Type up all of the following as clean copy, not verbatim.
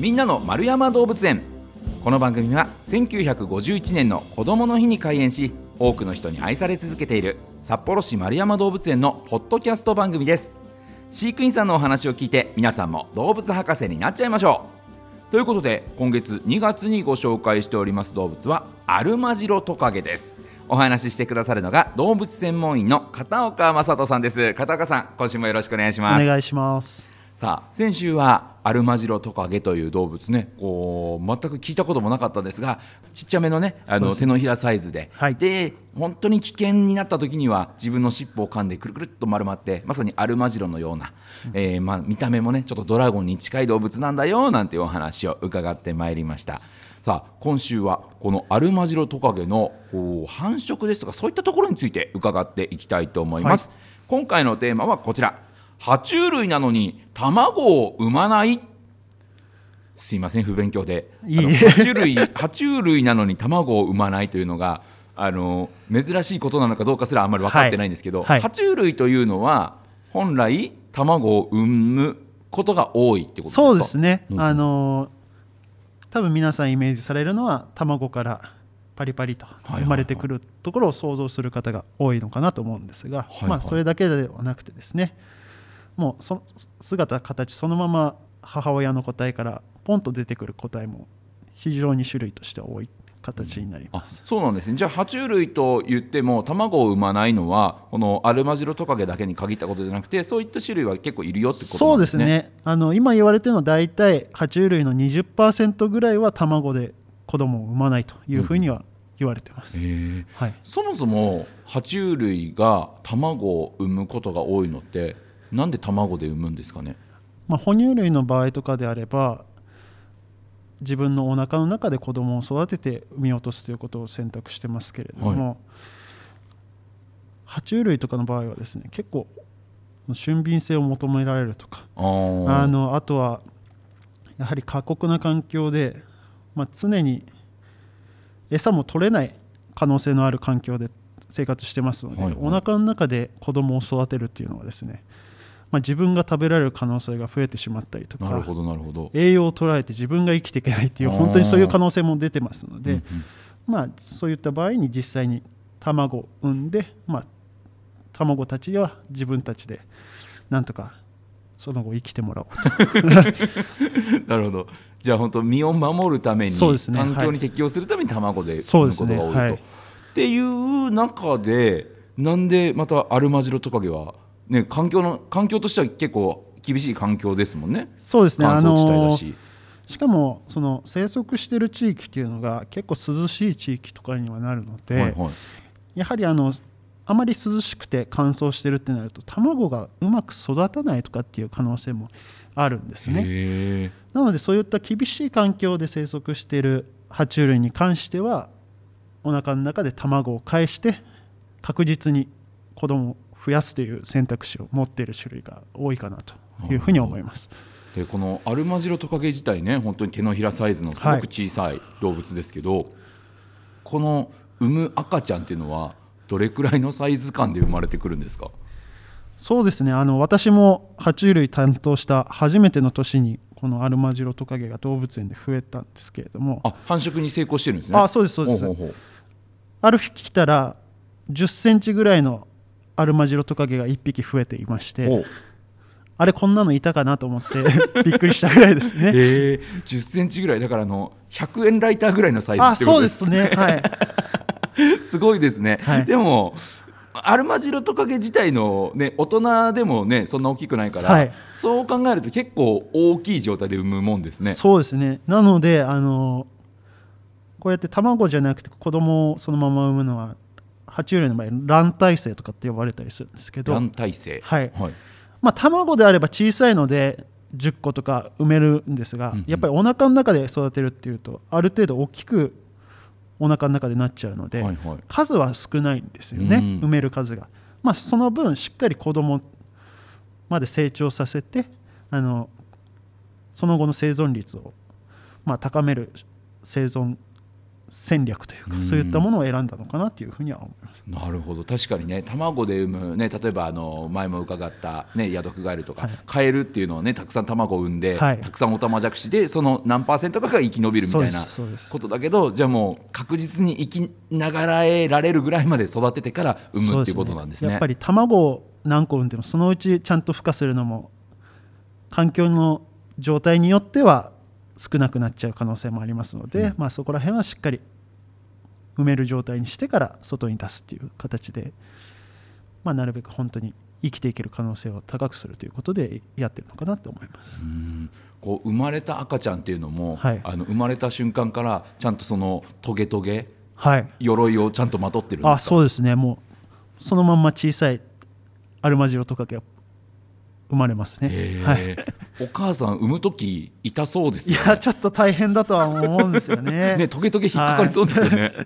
みんなの丸山動物園。この番組は1951年の子どもの日に開園し、多くの人に愛され続けている札幌市丸山動物園のポッドキャスト番組です。飼育員さんのお話を聞いて、皆さんも動物博士になっちゃいましょう。ということで、今月2月にご紹介しております動物はアルマジロトカゲです。お話ししてくださるのが動物専門医の片岡正人さんです。片岡さん、今週もよろしくお願いします。 お願いします。 さあ、先週はアルマジロトカゲという動物ね、全く聞いたこともなかったんですが、ちっちゃめのね、手のひらサイズで、 はい、 で本当に危険になった時には自分の尻尾を噛んでくるくるっと丸まって、まさにアルマジロのような、見た目もねちょっとドラゴンに近い動物なんだよなんていうお話を伺ってまいりました。さあ、今週はこのアルマジロトカゲの繁殖ですとか、そういったところについて伺っていきたいと思います。はい、今回のテーマはこちら。爬虫類なのに卵を産まない。すいません、不勉強で。爬虫類なのに卵を産まないというのが珍しいことなのかどうかすらあんまり分かってないんですけど、 はい、 爬虫類というのは本来卵を産むことが多いってことですか？ そうですね、多分皆さんイメージされるのは卵からパリパリと生まれてくるところを想像する方が多いのかなと思うんですが、それだけではなくてですね、もうその姿形そのまま母親の個体からポンと出てくる個体も非常に種類としては多い形になります。 そうなんですね。じゃあ爬虫類と言っても卵を産まないのはこのアルマジロトカゲだけに限ったことじゃなくて、そういった種類は結構いるよってことなんですね。 そうですね。今言われているのは大体爬虫類の 20% ぐらいは卵で子供を産まないというふうには言われています。 はい、そもそも爬虫類が卵を産むことが多いのってなんで卵で産むんですかね？ 哺乳類の場合とかであれば、自分のお腹の中で子供を育てて産み落とすということを選択してますけれども、爬虫類とかの場合はですね、結構俊敏性を求められるとか、あとはやはり過酷な環境で、常に餌も取れない可能性のある環境で生活してますので、お腹の中で子供を育てるっていうのはですね、自分が食べられる可能性が増えてしまったりとか、栄養を取られて自分が生きていけないっていう、本当にそういう可能性も出てますので、そういった場合に実際に卵を産んで、卵たちは自分たちでなんとかその後生きてもらおうとなるほど。じゃあ本当身を守るために、環境に適応するために卵で産むことが多いと、っていう中で、なんでまたアルマジロトカゲは環境としては結構厳しい環境ですもんね。 そうですね。 乾燥地帯だし、 しかもその生息している地域っていうのが結構涼しい地域とかにはなるので、やはりあまり涼しくて乾燥してるってなると卵がうまく育たないとかっていう可能性もあるんですね。なのでそういった厳しい環境で生息している爬虫類に関しては、お腹の中で卵を返して確実に子供を増やすという選択肢を持っている種類が多いかなというふうに思います。 でこのアルマジロトカゲ自体ね、本当に手のひらサイズのすごく小さい動物ですけど、この産む赤ちゃんっていうのはどれくらいのサイズ感で生まれてくるんですか？ そうですね、私も爬虫類担当した初めての年にこのアルマジロトカゲが動物園で増えたんですけれども、 繁殖に成功してるんですね。 そうですそうです。ある日来たら10センチぐらいのアルマジロトカゲが1匹増えていまして、あれこんなのいたかなと思ってびっくりしたぐらいですね。 10センチぐらいだから100円ライターぐらいのサイズってことですか？ そうですね、はいすごいですね。でもアルマジロトカゲ自体の、大人でもそんな大きくないから、そう考えると結構大きい状態で産むもんですね。 そうですね。なのでこうやって卵じゃなくて子供をそのまま産むのは爬虫類の場合卵胎生とかって呼ばれたりするんですけど、 卵胎生、 卵であれば小さいので10個とか産めるんですが、やっぱりお腹の中で育てるっていうとある程度大きくお腹の中でなっちゃうので、数は少ないんですよね、産める数が。その分しっかり子供まで成長させて、その後の生存率を高める生存戦略というか、そういったものを選んだのかなというふうには思います。 なるほど、確かにね、卵で産む、ね、例えば前も伺った、ね、ヤドクガエルとか、カエルっていうのをねたくさん卵を産んで、たくさんオタマジャクシでその何%かが生き延びるみたいなことだけど、じゃあもう確実に生きながらえられるぐらいまで育ててから産むっていうことなんですね。 やっぱり卵を何個産んでもそのうちちゃんと孵化するのも環境の状態によっては少なくなっちゃう可能性もありますので、そこら辺はしっかり埋める状態にしてから外に出すっていう形で、なるべく本当に生きていける可能性を高くするということでやってるのかなと思います。 こう生まれた赤ちゃんっていうのも、生まれた瞬間からちゃんとそのトゲトゲ、鎧をちゃんとまとってるんですか？ そうですね。もうそのまんま小さいアルマジロトカゲが生まれますね。 お母さん産むとき痛そうですよね。 いやちょっと大変だとは思うんですよね。 ね、トゲトゲ引っかかりそうですよね。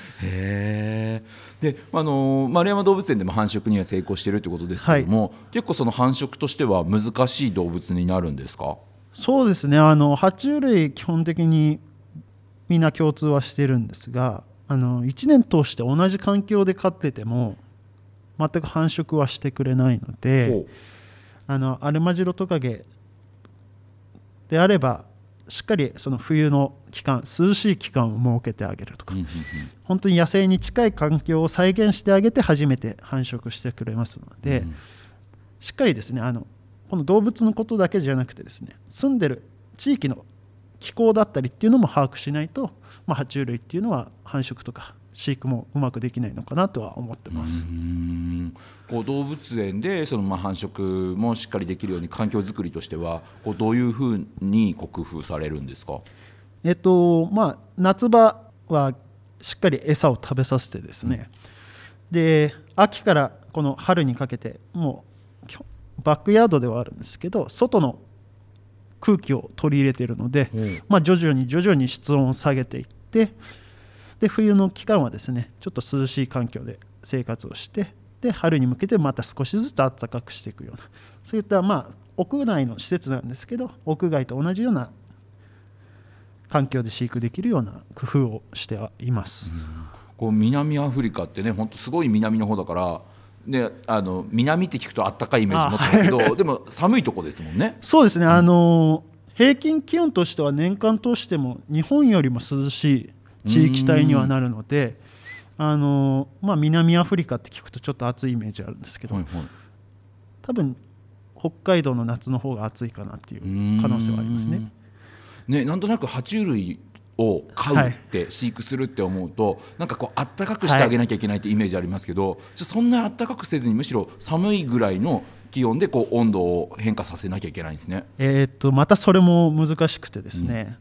で、丸山動物園でも繁殖には成功しているということですけども、結構その繁殖としては難しい動物になるんですか？ そうですね。爬虫類基本的にみんな共通はしてるんですが、1年通して同じ環境で飼ってても全く繁殖はしてくれないので、アルマジロトカゲであればしっかりその冬の期間、涼しい期間を設けてあげるとか、本当に野生に近い環境を再現してあげて初めて繁殖してくれますので、しっかりですね、この動物のことだけじゃなくてですね、住んでる地域の気候だったりっていうのも把握しないと、爬虫類っていうのは繁殖とか飼育もうまくできないのかなとは思ってます。 こう動物園でその繁殖もしっかりできるように環境づくりとしてはこうどういうふうに工夫されるんですか？ 夏場はしっかり餌を食べさせてですね、で秋からこの春にかけてもうバックヤードではあるんですけど外の空気を取り入れているので、徐々に室温を下げていって、で冬の期間はですねちょっと涼しい環境で生活をして、で春に向けてまた少しずつ暖かくしていくような、そういった屋内の施設なんですけど屋外と同じような環境で飼育できるような工夫をしてはいます。 こう南アフリカってね本当すごい南の方だから、ね、南って聞くとあったかいイメージ持ってますけど、でも寒いとこですもんね。 そうですね、平均気温としては年間通しても日本よりも涼しい地域帯にはなるので、南アフリカって聞くとちょっと暑いイメージあるんですけど、多分北海道の夏の方が暑いかなっていう可能性はありますね。 なんとなく爬虫類を飼うって飼育するって思うと、なんかこうあったかくしてあげなきゃいけないってイメージありますけど、そんなあったかくせずにむしろ寒いぐらいの気温でこう温度を変化させなきゃいけないんですね。 またそれも難しくてですね、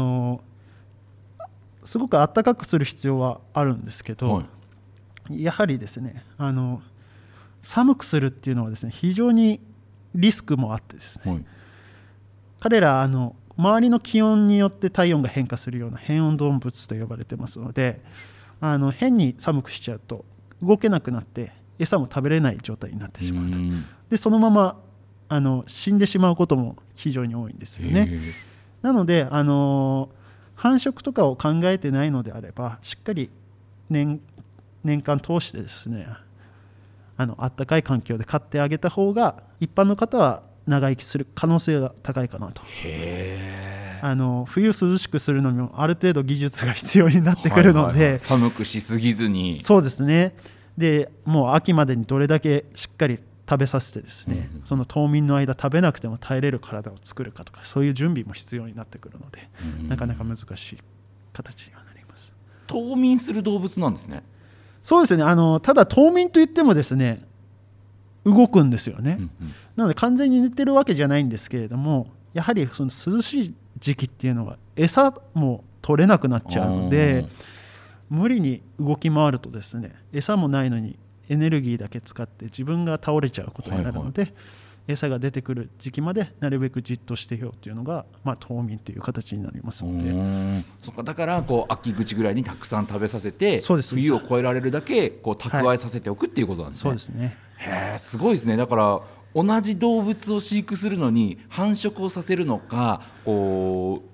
すごくあったかくする必要はあるんですけど、やはりですね寒くするっていうのはですね非常にリスクもあってですね、彼ら周りの気温によって体温が変化するような変温動物と呼ばれてますので、変に寒くしちゃうと動けなくなって餌も食べれない状態になってしまうと、でそのまま死んでしまうことも非常に多いんですよね。なので繁殖とかを考えてないのであればしっかり年間通してですねあったかい環境で飼ってあげた方が一般の方は長生きする可能性が高いかなと。冬涼しくするのにもある程度技術が必要になってくるので、 寒くしすぎずに。 そうですね。でもう秋までにどれだけしっかり食べさせてですね、その冬眠の間食べなくても耐えれる体を作るかとか、そういう準備も必要になってくるので、なかなか難しい形にはなります。 冬眠する動物なんですね。 そうですね。ただ冬眠といってもですね動くんですよね。なので完全に寝てるわけじゃないんですけれども、やはりその涼しい時期っていうのは餌も取れなくなっちゃうので、無理に動き回るとですね餌もないのにエネルギーだけ使って自分が倒れちゃうことになるので、餌が出てくる時期までなるべくじっとしてようというのが、冬眠という形になりますので、 そっか、だからこう秋口ぐらいにたくさん食べさせて、冬を越えられるだけこう蓄えさせておくっていうことなんですね。 そうですね。 すごいですね。だから同じ動物を飼育するのに繁殖をさせるのかこう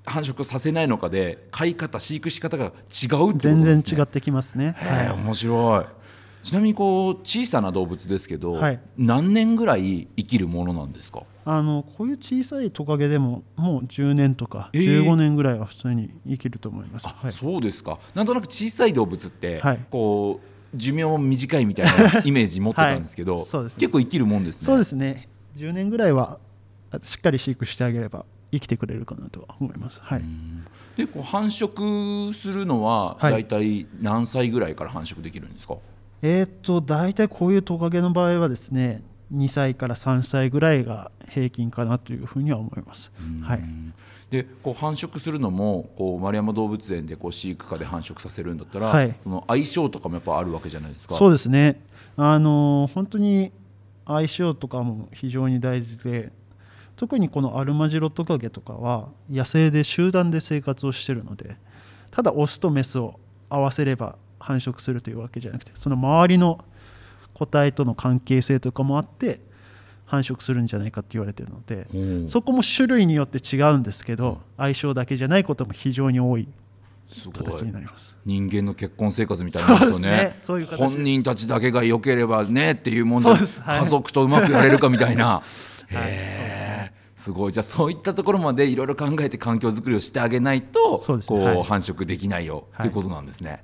繁殖させないのかで飼い方飼育し方が違うってことですね。 全然違ってきますね。 面白い。ちなみに小さな動物ですけど、 はい、 何年ぐらい生きるものなんですか？ こういう小さいトカゲでももう10年とか15年ぐらいは普通に生きると思います。 そうですか。なんとなく小さい動物って、寿命も短いみたいなイメージ持ってたんですけど、そうですね、結構生きるもんですね。 そうですね。10年ぐらいはしっかり飼育してあげれば生きてくれるかなとは思います。 で繁殖するのはだいたい何歳ぐらいから繁殖できるんですか？ だいたいこういうトカゲの場合はですね、2歳から3歳ぐらいが平均かなというふうには思います。 で繁殖するのも丸山動物園で飼育下で繁殖させるんだったら、その相性とかもやっぱあるわけじゃないですか。 そうですね。本当に相性とかも非常に大事で、特にこのアルマジロトカゲとかは野生で集団で生活をしているので、ただオスとメスを合わせれば繁殖するというわけじゃなくて、その周りの個体との関係性とかもあって繁殖するんじゃないかって言われているので、そこも種類によって違うんですけど、相性だけじゃないことも非常に多い形になります。 人間の結婚生活みたいなんですよね。本人たちだけが良ければねっていう問題、家族とうまくやれるかみたいなすごい。じゃあそういったところまでいろいろ考えて環境づくりをしてあげないと、繁殖できないよということなんですね。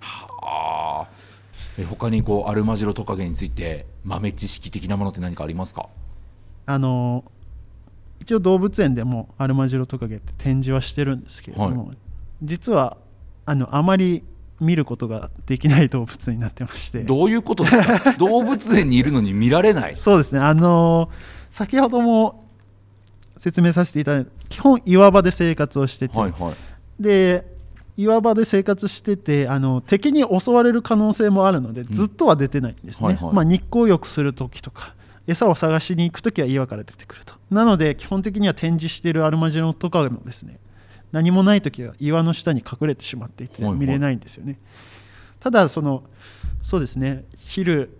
他にアルマジロトカゲについて豆知識的なものって何かありますか？ 一応動物園でもアルマジロトカゲって展示はしてるんですけれども、実はあまり見ることができない動物になってまして。 どういうことですか？動物園にいるのに見られない？ そうですね。先ほども説明させていただいた基本岩場で生活をしてて、で岩場で生活してて敵に襲われる可能性もあるのでずっとは出てないんですね。日光浴するときとか餌を探しに行くときは岩から出てくると。なので基本的には展示しているアルマジロトカゲもですね、何もないときは岩の下に隠れてしまっていて見れないんですよね。ただそうですね、昼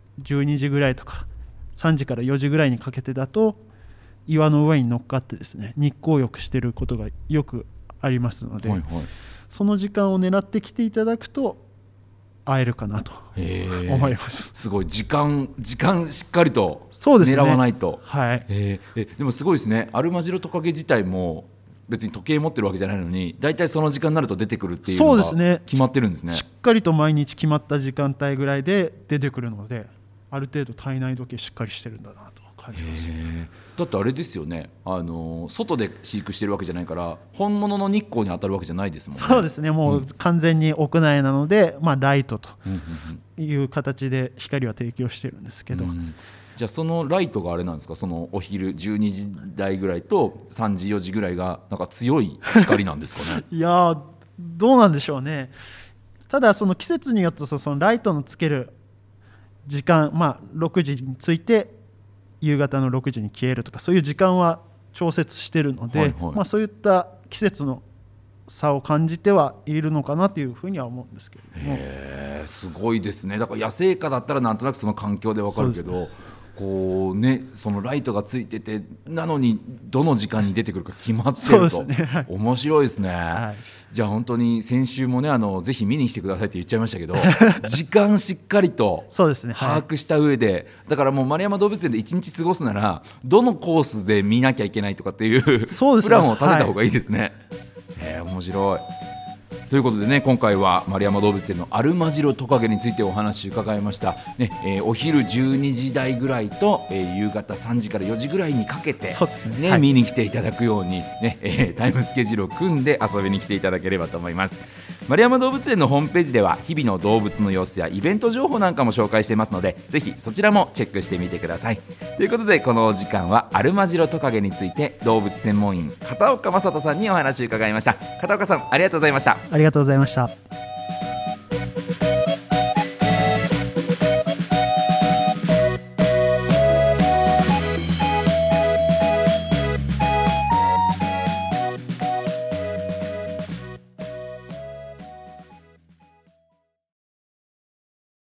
12時ぐらいとか3時から4時ぐらいにかけてだと岩の上に乗っかってですね、日光浴していることがよくありますので、その時間を狙ってきていただくと会えるかなと思います。 すごい時間しっかりと狙わないと。でもすごいですね。アルマジロトカゲ自体も別に時計持ってるわけじゃないのに、だいたいその時間になると出てくるっていうのが決まってるんですね。 しっかりと毎日決まった時間帯ぐらいで出てくるので、ある程度体内時計しっかりしてるんだなと感じます。 だってあれですよね、外で飼育してるわけじゃないから本物の日光に当たるわけじゃないですもんね。 そうですね。もう完全に屋内なので、ライトという形で光は提供してるんですけど、 じゃあそのライトがあれなんですか？そのお昼12時台ぐらいと3時4時ぐらいがなんか強い光なんですかね？ いやどうなんでしょうね。ただその季節によってそのライトのつける時間、6時について夕方の6時に消えるとか、そういう時間は調節しているので、そういった季節の差を感じてはいるのかなというふうには思うんですけれども。 すごいですね。だから野生下だったらなんとなくその環境で分かるけど、そのライトがついててなのにどの時間に出てくるか決まってると、面白いですね。じゃあ本当に先週もねぜひ見に来てくださいって言っちゃいましたけど時間しっかりと把握した上で、だからもう丸山動物園で1日過ごすならどのコースで見なきゃいけないとかっていうプランを立てた方がいいですね。面白い。ということでね、今回は丸山動物園のアルマジロトカゲについてお話伺いました、お昼12時台ぐらいと、夕方3時から4時ぐらいにかけて、見に来ていただくように、タイムスケジュールを組んで遊びに来ていただければと思います。丸山動物園のホームページでは日々の動物の様子やイベント情報なんかも紹介していますので、ぜひそちらもチェックしてみてください。ということでこのお時間はアルマジロトカゲについて動物専門員片岡正人さんにお話を伺いました。片岡さんありがとうございました。 ありがとうございました。